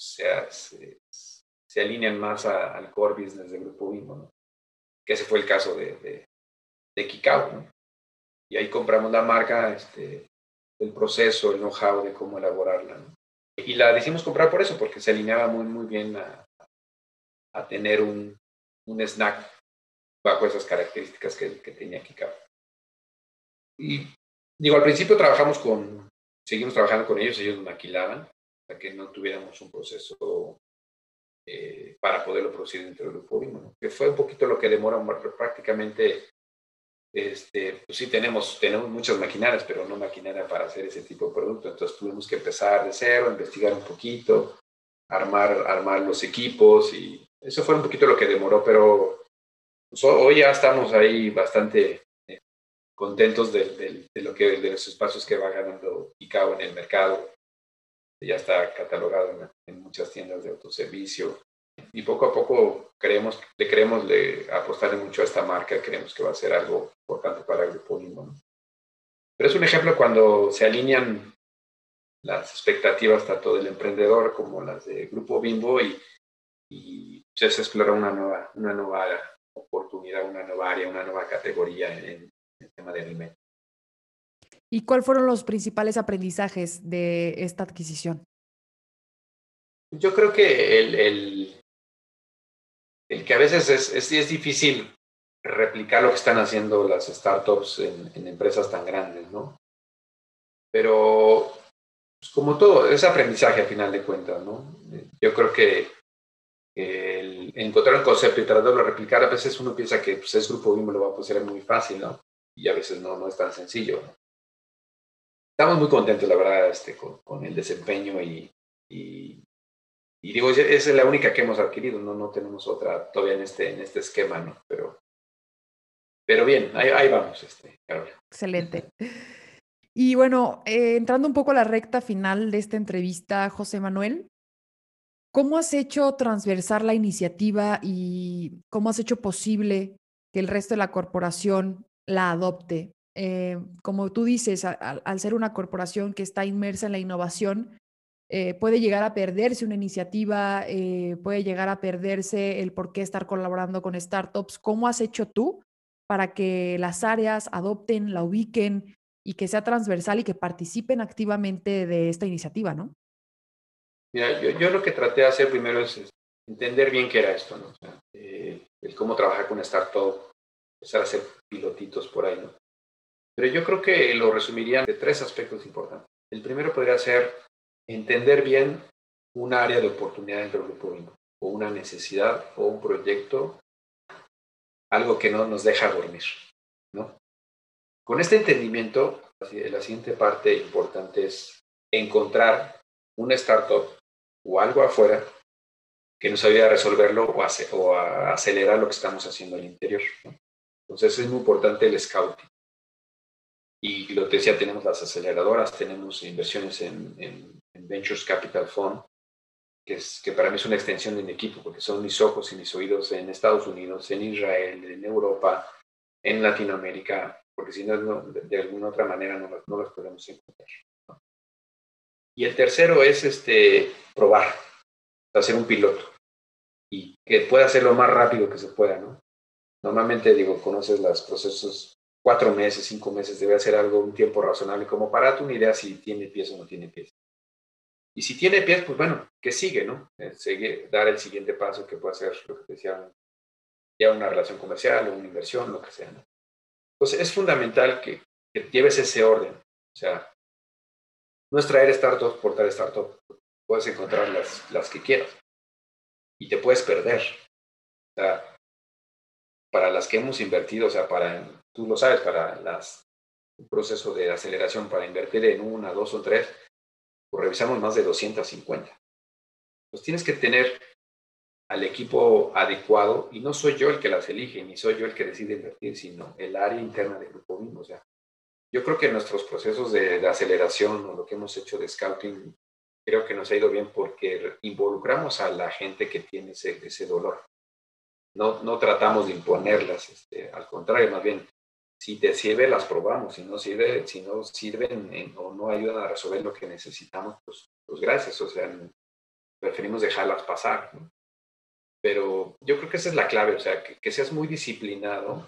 [SPEAKER 2] se alinean más al core business del Grupo Bimbo, ¿no? Que ese fue el caso de Kikau, ¿no? Y ahí compramos la marca, el proceso, el know-how de cómo elaborarla, ¿no? Y la decidimos comprar por eso, porque se alineaba muy, muy bien a tener un snack bajo esas características que tenía Kikau. Y digo, al principio trabajamos seguimos trabajando con ellos, ellos nos maquilaban para que no tuviéramos un proceso para poderlo producir dentro del grupo Bimbo, ¿no? Que fue un poquito lo que demora prácticamente. Pues sí, tenemos muchas maquinarias, pero no maquinaria para hacer ese tipo de producto. Entonces tuvimos que empezar de cero, investigar un poquito, armar los equipos, y eso fue un poquito lo que demoró, pero pues, hoy ya estamos ahí bastante contentos de los espacios que va ganando Picao en el mercado. Ya está catalogado en muchas tiendas de autoservicio. Y poco a poco le queremos apostarle mucho a esta marca, creemos que va a ser algo importante para el Grupo Bimbo, ¿no? Pero es un ejemplo cuando se alinean las expectativas tanto del emprendedor como las del Grupo Bimbo, y se explora una nueva oportunidad, una nueva área, una nueva categoría en el tema de alimentos.
[SPEAKER 1] ¿Y cuáles fueron los principales aprendizajes de esta adquisición?
[SPEAKER 2] Yo creo que el que a veces es difícil replicar lo que están haciendo las startups en empresas tan grandes, ¿no? Pero, pues, como todo, es aprendizaje a final de cuentas, ¿no? Yo creo que el encontrar un concepto y tratarlo de replicar, a veces uno piensa que pues, es Grupo Bimbo, lo va a ser muy fácil, ¿no? Y a veces no es tan sencillo, ¿no? Estamos muy contentos, la verdad, con el desempeño y digo, esa es la única que hemos adquirido, no tenemos otra todavía en este esquema, ¿no? Pero bien, ahí vamos, Carol.
[SPEAKER 1] Excelente. Y bueno, entrando un poco a la recta final de esta entrevista, José Manuel, ¿cómo has hecho transversar la iniciativa y cómo has hecho posible que el resto de la corporación la adopte? Como tú dices, al ser una corporación que está inmersa en la innovación, puede llegar a perderse una iniciativa, puede llegar a perderse el por qué estar colaborando con startups. ¿Cómo has hecho tú para que las áreas adopten, la ubiquen y que sea transversal y que participen activamente de esta iniciativa, ¿no?
[SPEAKER 2] Mira, yo lo que traté de hacer primero es entender bien qué era esto, ¿no? O sea, el cómo trabajar con una startup, empezar a hacer pilotitos por ahí, ¿no? Pero yo creo que lo resumiría de 3 aspectos importantes. El primero podría ser entender bien un área de oportunidad dentro del Grupo Bimbo, o una necesidad, o un proyecto, algo que no nos deja dormir, ¿no? Con este entendimiento, la siguiente parte importante es encontrar una startup o algo afuera que nos ayude a resolverlo o a acelerar lo que estamos haciendo al interior, ¿no? Entonces es muy importante el scouting. Y lo que decía, tenemos las aceleradoras, tenemos inversiones en Ventures Capital Fund, que para mí es una extensión de mi equipo, porque son mis ojos y mis oídos en Estados Unidos, en Israel, en Europa, en Latinoamérica, porque si no, de alguna otra manera no los podemos encontrar, ¿no? Y el tercero es probar, hacer un piloto, y que pueda hacer lo más rápido que se pueda, ¿no? Normalmente, digo, conoces los procesos, 4 meses, 5 meses, debe ser algo, un tiempo razonable, como para darte una idea si tiene pies o no tiene pies. Y si tiene pies, pues bueno, ¿qué sigue, no? Dar el siguiente paso, que puede ser lo que te decía, ya una relación comercial o una inversión, lo que sea, ¿no? Entonces, es fundamental que lleves ese orden. O sea, no es traer startups por traer startups. Puedes encontrar las que quieras y te puedes perder. O sea, para las que hemos invertido, o sea, tú lo sabes, un proceso de aceleración para invertir en 1, 2 o 3, pues revisamos más de 250. Pues tienes que tener al equipo adecuado, y no soy yo el que las elige, ni soy yo el que decide invertir, sino el área interna del Grupo Bimbo. O sea, yo creo que nuestros procesos de aceleración, o lo que hemos hecho de scouting, creo que nos ha ido bien porque involucramos a la gente que tiene ese dolor. No tratamos de imponerlas, al contrario, más bien, si te sirve, las probamos. Si no sirven o no ayudan a resolver lo que necesitamos, pues gracias. O sea, preferimos dejarlas pasar, ¿no? Pero yo creo que esa es la clave, o sea, que seas muy disciplinado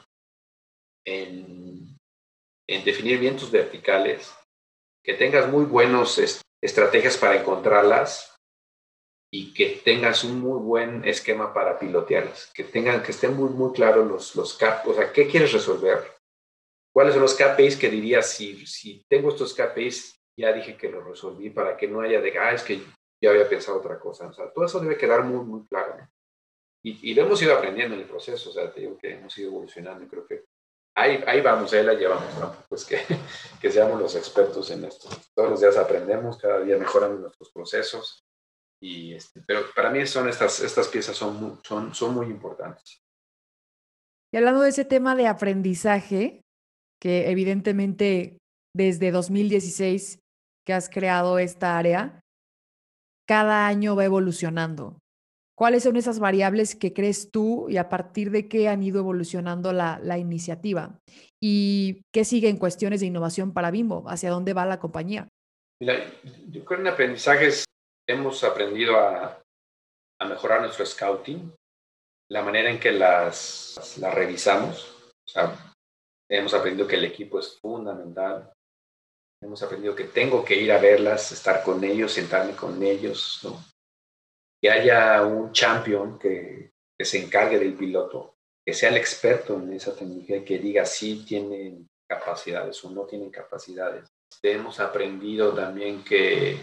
[SPEAKER 2] en definir bien tus verticales, que tengas muy buenas estrategias para encontrarlas, y que tengas un muy buen esquema para pilotearlas, que estén muy, muy claros los KPIs, o sea, ¿qué quieres resolver? ¿Cuáles son los KPIs que dirías, si tengo estos KPIs, ya dije que lo resolví para que no haya de, es que yo había pensado otra cosa. O sea, todo eso debe quedar muy, muy claro, ¿no? Y lo hemos ido aprendiendo en el proceso, o sea, te digo que hemos ido evolucionando y creo que ahí vamos, ahí la llevamos, ¿no? Pues que seamos los expertos en esto. Todos los días aprendemos, cada día mejoramos nuestros procesos, pero para mí estas piezas son muy importantes.
[SPEAKER 1] Y hablando de ese tema de aprendizaje, que evidentemente desde 2016 que has creado esta área, cada año va evolucionando. ¿Cuáles son esas variables que crees tú y a partir de qué han ido evolucionando la iniciativa? ¿Y qué sigue en cuestiones de innovación para Bimbo? ¿Hacia dónde va la compañía?
[SPEAKER 2] Mira, yo creo que en aprendizajes hemos aprendido a mejorar nuestro scouting, la manera en que las revisamos. O sea, hemos aprendido que el equipo es fundamental. Hemos aprendido que tengo que ir a verlas, estar con ellos, sentarme con ellos, ¿no? Que haya un champion que se encargue del piloto, que sea el experto en esa tecnología, que diga si tienen capacidades o no tienen capacidades. Hemos aprendido también que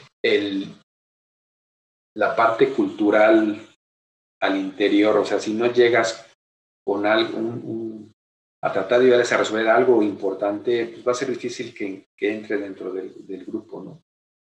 [SPEAKER 2] la parte cultural al interior, o sea, si no llegas con algo, a tratar de ayudarles a resolver algo importante, pues va a ser difícil que entre dentro del grupo, ¿no?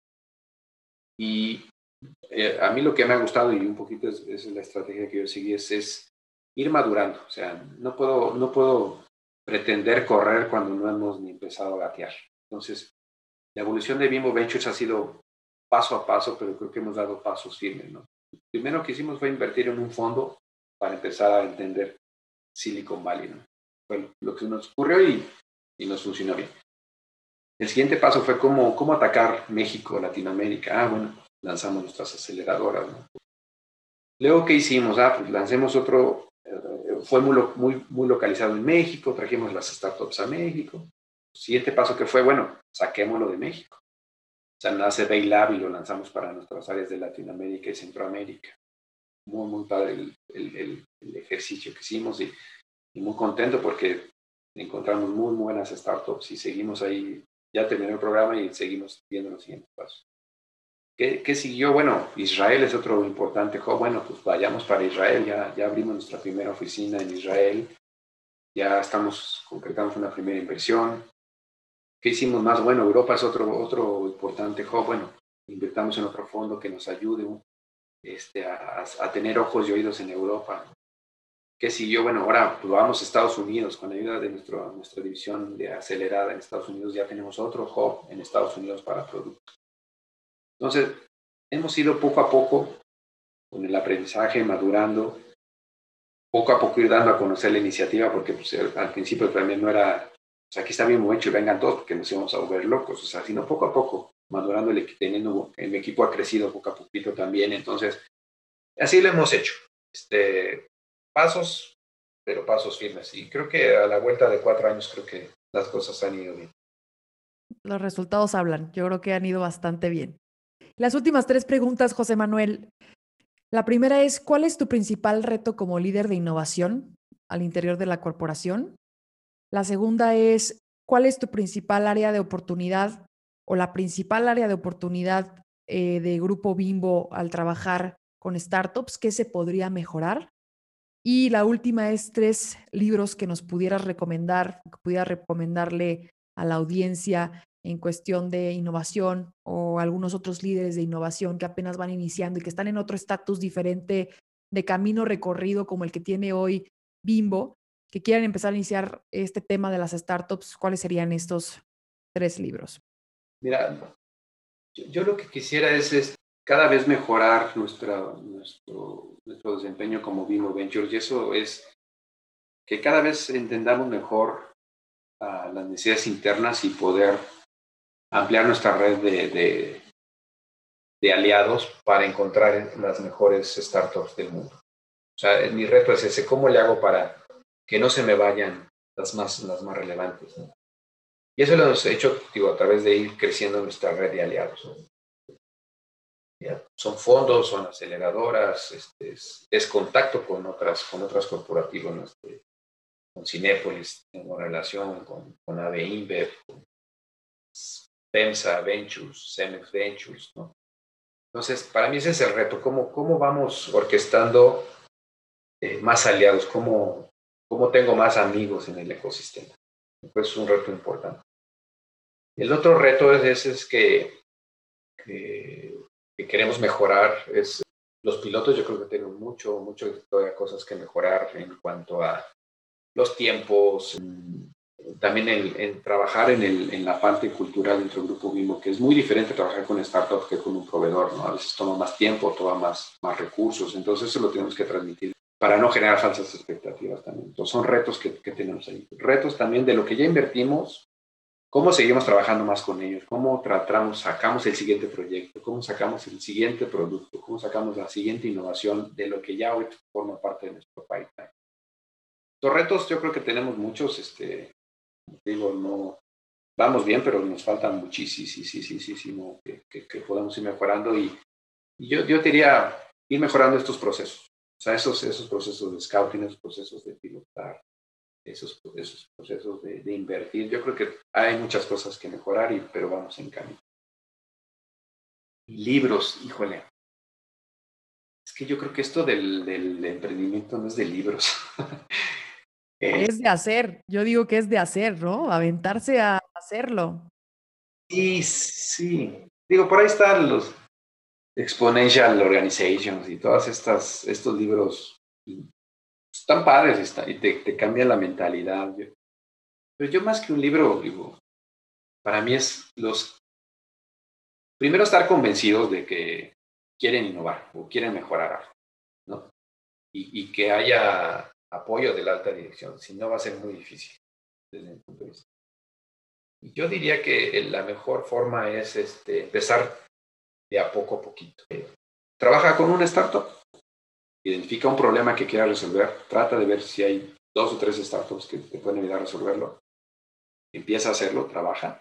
[SPEAKER 2] Y a mí lo que me ha gustado y un poquito es la estrategia que yo seguí es ir madurando. O sea, no puedo pretender correr cuando no hemos ni empezado a gatear. Entonces, la evolución de Bimbo Ventures ha sido paso a paso, pero creo que hemos dado pasos firmes, ¿no? Lo primero que hicimos fue invertir en un fondo para empezar a entender Silicon Valley, ¿no? Fue lo que nos ocurrió y nos funcionó bien. El siguiente paso fue cómo atacar México, Latinoamérica. Bueno, lanzamos nuestras aceleradoras, ¿no? Luego, ¿qué hicimos? Pues lancemos otro, fue muy localizado en México, trajimos las startups a México. El siguiente paso que fue, bueno, saquémoslo de México. O sea, nace Baylab y lo lanzamos para nuestras áreas de Latinoamérica y Centroamérica. Muy, muy padre el ejercicio que hicimos y muy contento porque encontramos muy buenas startups y seguimos ahí. Ya terminó el programa y seguimos viendo los siguientes pasos. ¿Qué siguió? Bueno, Israel es otro importante hub. Bueno, pues vayamos para Israel. Ya abrimos nuestra primera oficina en Israel. Ya concretamos una primera inversión. ¿Qué hicimos más? Bueno, Europa es otro importante hub. Bueno, invirtamos en otro fondo que nos ayude a tener ojos y oídos en Europa. ¿Qué siguió? Bueno, ahora pues vamos a Estados Unidos con la ayuda de nuestra división de acelerada en Estados Unidos. Ya tenemos otro hub en Estados Unidos para productos. Entonces, hemos ido poco a poco con el aprendizaje, madurando, poco a poco ir dando a conocer la iniciativa, porque pues, al principio también no era, pues aquí está bien hecho y vengan todos, porque nos íbamos a volver locos, o sea, sino poco a poco, madurando, el equipo ha crecido poco a poquito también, entonces, así lo hemos hecho. Pasos, pero pasos firmes, y creo que a la vuelta de 4 años, creo que las cosas han ido bien.
[SPEAKER 1] Los resultados hablan. Yo creo que han ido bastante bien. Las últimas 3 preguntas, José Manuel. La primera es, ¿cuál es tu principal reto como líder de innovación al interior de la corporación? La segunda es, ¿cuál es tu principal área de oportunidad o la principal área de oportunidad de Grupo Bimbo al trabajar con startups? ¿Qué se podría mejorar? Y la última es 3 libros que nos pudieras recomendar, que pudieras recomendarle a la audiencia en cuestión de innovación o algunos otros líderes de innovación que apenas van iniciando y que están en otro estatus diferente de camino recorrido como el que tiene hoy Bimbo, que quieran empezar a iniciar este tema de las startups. ¿Cuáles serían estos 3 libros?
[SPEAKER 2] Mira, yo lo que quisiera es cada vez mejorar nuestro desempeño como Bimbo Ventures, y eso es que cada vez entendamos mejor las necesidades internas y poder ampliar nuestra red de aliados para encontrar las mejores startups del mundo. O sea, mi reto es ese, ¿cómo le hago para que no se me vayan las más relevantes, ¿no? Y eso lo hemos hecho, a través de ir creciendo nuestra red de aliados, ¿no? Son fondos, son aceleradoras, es contacto con otras corporativas, ¿no? Con Cinépolis, tengo relación con AB InBev, FEMSA Ventures, CEMEX Ventures, ¿no? Entonces, para mí ese es el reto, cómo vamos orquestando más aliados, cómo tengo más amigos en el ecosistema. Pues es un reto importante. El otro reto es que queremos mejorar, es los pilotos. Yo creo que tengo mucho todavía cosas que mejorar en cuanto a los tiempos, también en trabajar en la parte cultural dentro del Grupo Bimbo, que es muy diferente trabajar con startups que con un proveedor, ¿no? A veces toma más tiempo, toma más recursos, entonces eso lo tenemos que transmitir para no generar falsas expectativas también. Entonces son retos que tenemos ahí. Retos también de lo que ya invertimos, cómo seguimos trabajando más con ellos, cómo sacamos el siguiente proyecto, cómo sacamos el siguiente producto, cómo sacamos la siguiente innovación de lo que ya hoy forma parte de nuestro pipeline. Los retos yo creo que tenemos muchos, digo, no vamos bien, pero nos falta muchísimo que podamos ir mejorando y yo diría ir mejorando estos procesos, o sea, esos procesos de scouting, esos procesos de pilotar, esos procesos de invertir. Yo creo que hay muchas cosas que mejorar, pero vamos en camino. Libros, híjole. Es que yo creo que esto del emprendimiento no es de libros.
[SPEAKER 1] Es de hacer, yo digo que es de hacer, ¿no? Aventarse a hacerlo.
[SPEAKER 2] Sí. Digo, por ahí están los Exponential Organizations y todas estos libros están padres y te cambian la mentalidad. Pero yo más que un libro, digo, para mí es primero estar convencidos de que quieren innovar o quieren mejorar algo, ¿no? Y que haya apoyo de la alta dirección, si no va a ser muy difícil desde mi punto de vista. Y yo diría que la mejor forma es empezar de a poquito. Trabaja con una startup, identifica un problema que quieras resolver, trata de ver si hay 2 o 3 startups que te pueden ayudar a resolverlo, empieza a hacerlo, trabaja,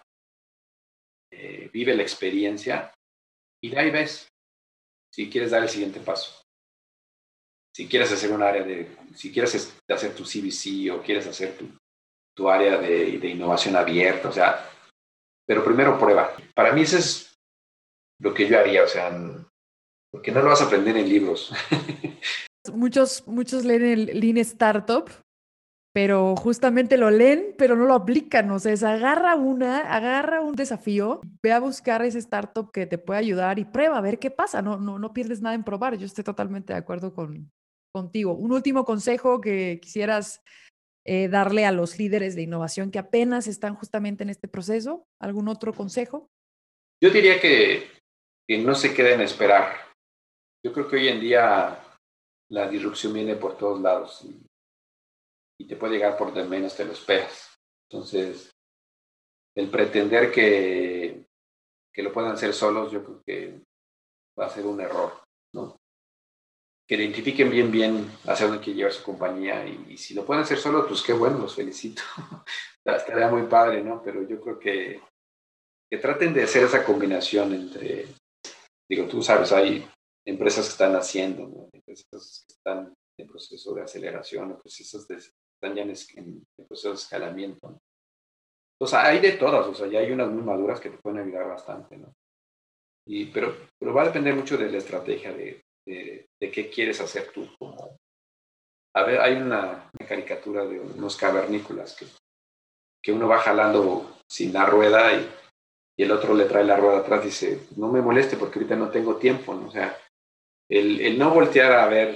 [SPEAKER 2] vive la experiencia y de ahí ves si quieres dar el siguiente paso. Si quieres hacer si quieres hacer tu CVC o quieres hacer tu área de innovación abierta, o sea, pero primero prueba. Para mí eso es lo que yo haría, o sea, porque no lo vas a aprender en libros.
[SPEAKER 1] Muchos leen el Lean Startup, pero justamente lo leen, pero no lo aplican. O sea, agarra un desafío, ve a buscar ese startup que te puede ayudar y prueba a ver qué pasa. No pierdes nada en probar. Yo estoy totalmente de acuerdo contigo. Un último consejo que quisieras darle a los líderes de innovación que apenas están justamente en este proceso. ¿Algún otro consejo?
[SPEAKER 2] Yo diría que no se queden a esperar. Yo creo que hoy en día la disrupción viene por todos lados y te puede llegar por donde menos te lo esperas. Entonces, el pretender que lo puedan hacer solos, yo creo que va a ser un error, ¿no? Que identifiquen bien hacia dónde quiere llevar su compañía y si lo pueden hacer solos, pues qué bueno, los felicito. Estaría muy padre, ¿no? Pero yo creo que traten de hacer esa combinación entre, digo, tú sabes, hay empresas que están haciendo, ¿no? Empresas que están en proceso de aceleración, empresas que están ya en proceso de escalamiento, ¿no? O sea, hay de todas, o sea, ya hay unas muy maduras que te pueden ayudar bastante, ¿no? Pero va a depender mucho de la estrategia de qué quieres hacer tú. A ver, hay una caricatura de unos cavernícolas que uno va jalando sin la rueda y el otro le trae la rueda atrás y dice, no me moleste porque ahorita no tengo tiempo, ¿no? O sea, el no voltear a ver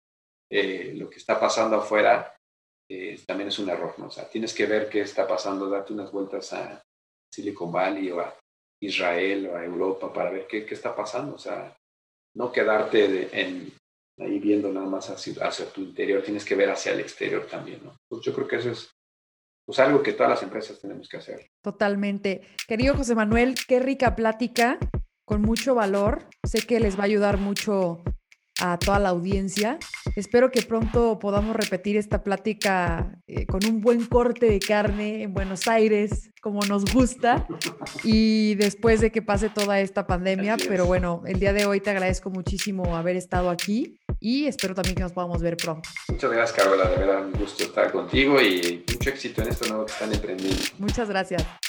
[SPEAKER 2] lo que está pasando afuera también es un error, ¿no? O sea, tienes que ver qué está pasando, darte unas vueltas a Silicon Valley o a Israel o a Europa para ver qué está pasando, o sea, no quedarte ahí viendo nada más hacia tu interior, tienes que ver hacia el exterior también, ¿no? Pues yo creo que eso es pues algo que todas las empresas tenemos que hacer.
[SPEAKER 1] Totalmente. Querido José Manuel, qué rica plática, con mucho valor. Sé que les va a ayudar mucho a toda la audiencia. Espero que pronto podamos repetir esta plática con un buen corte de carne en Buenos Aires, como nos gusta, y después de que pase toda esta pandemia. Pero bueno, el día de hoy te agradezco muchísimo haber estado aquí y espero también que nos podamos ver pronto.
[SPEAKER 2] Muchas gracias, Carola. De verdad, un gusto estar contigo y mucho éxito en esto nuevo que están emprendiendo.
[SPEAKER 1] Muchas gracias.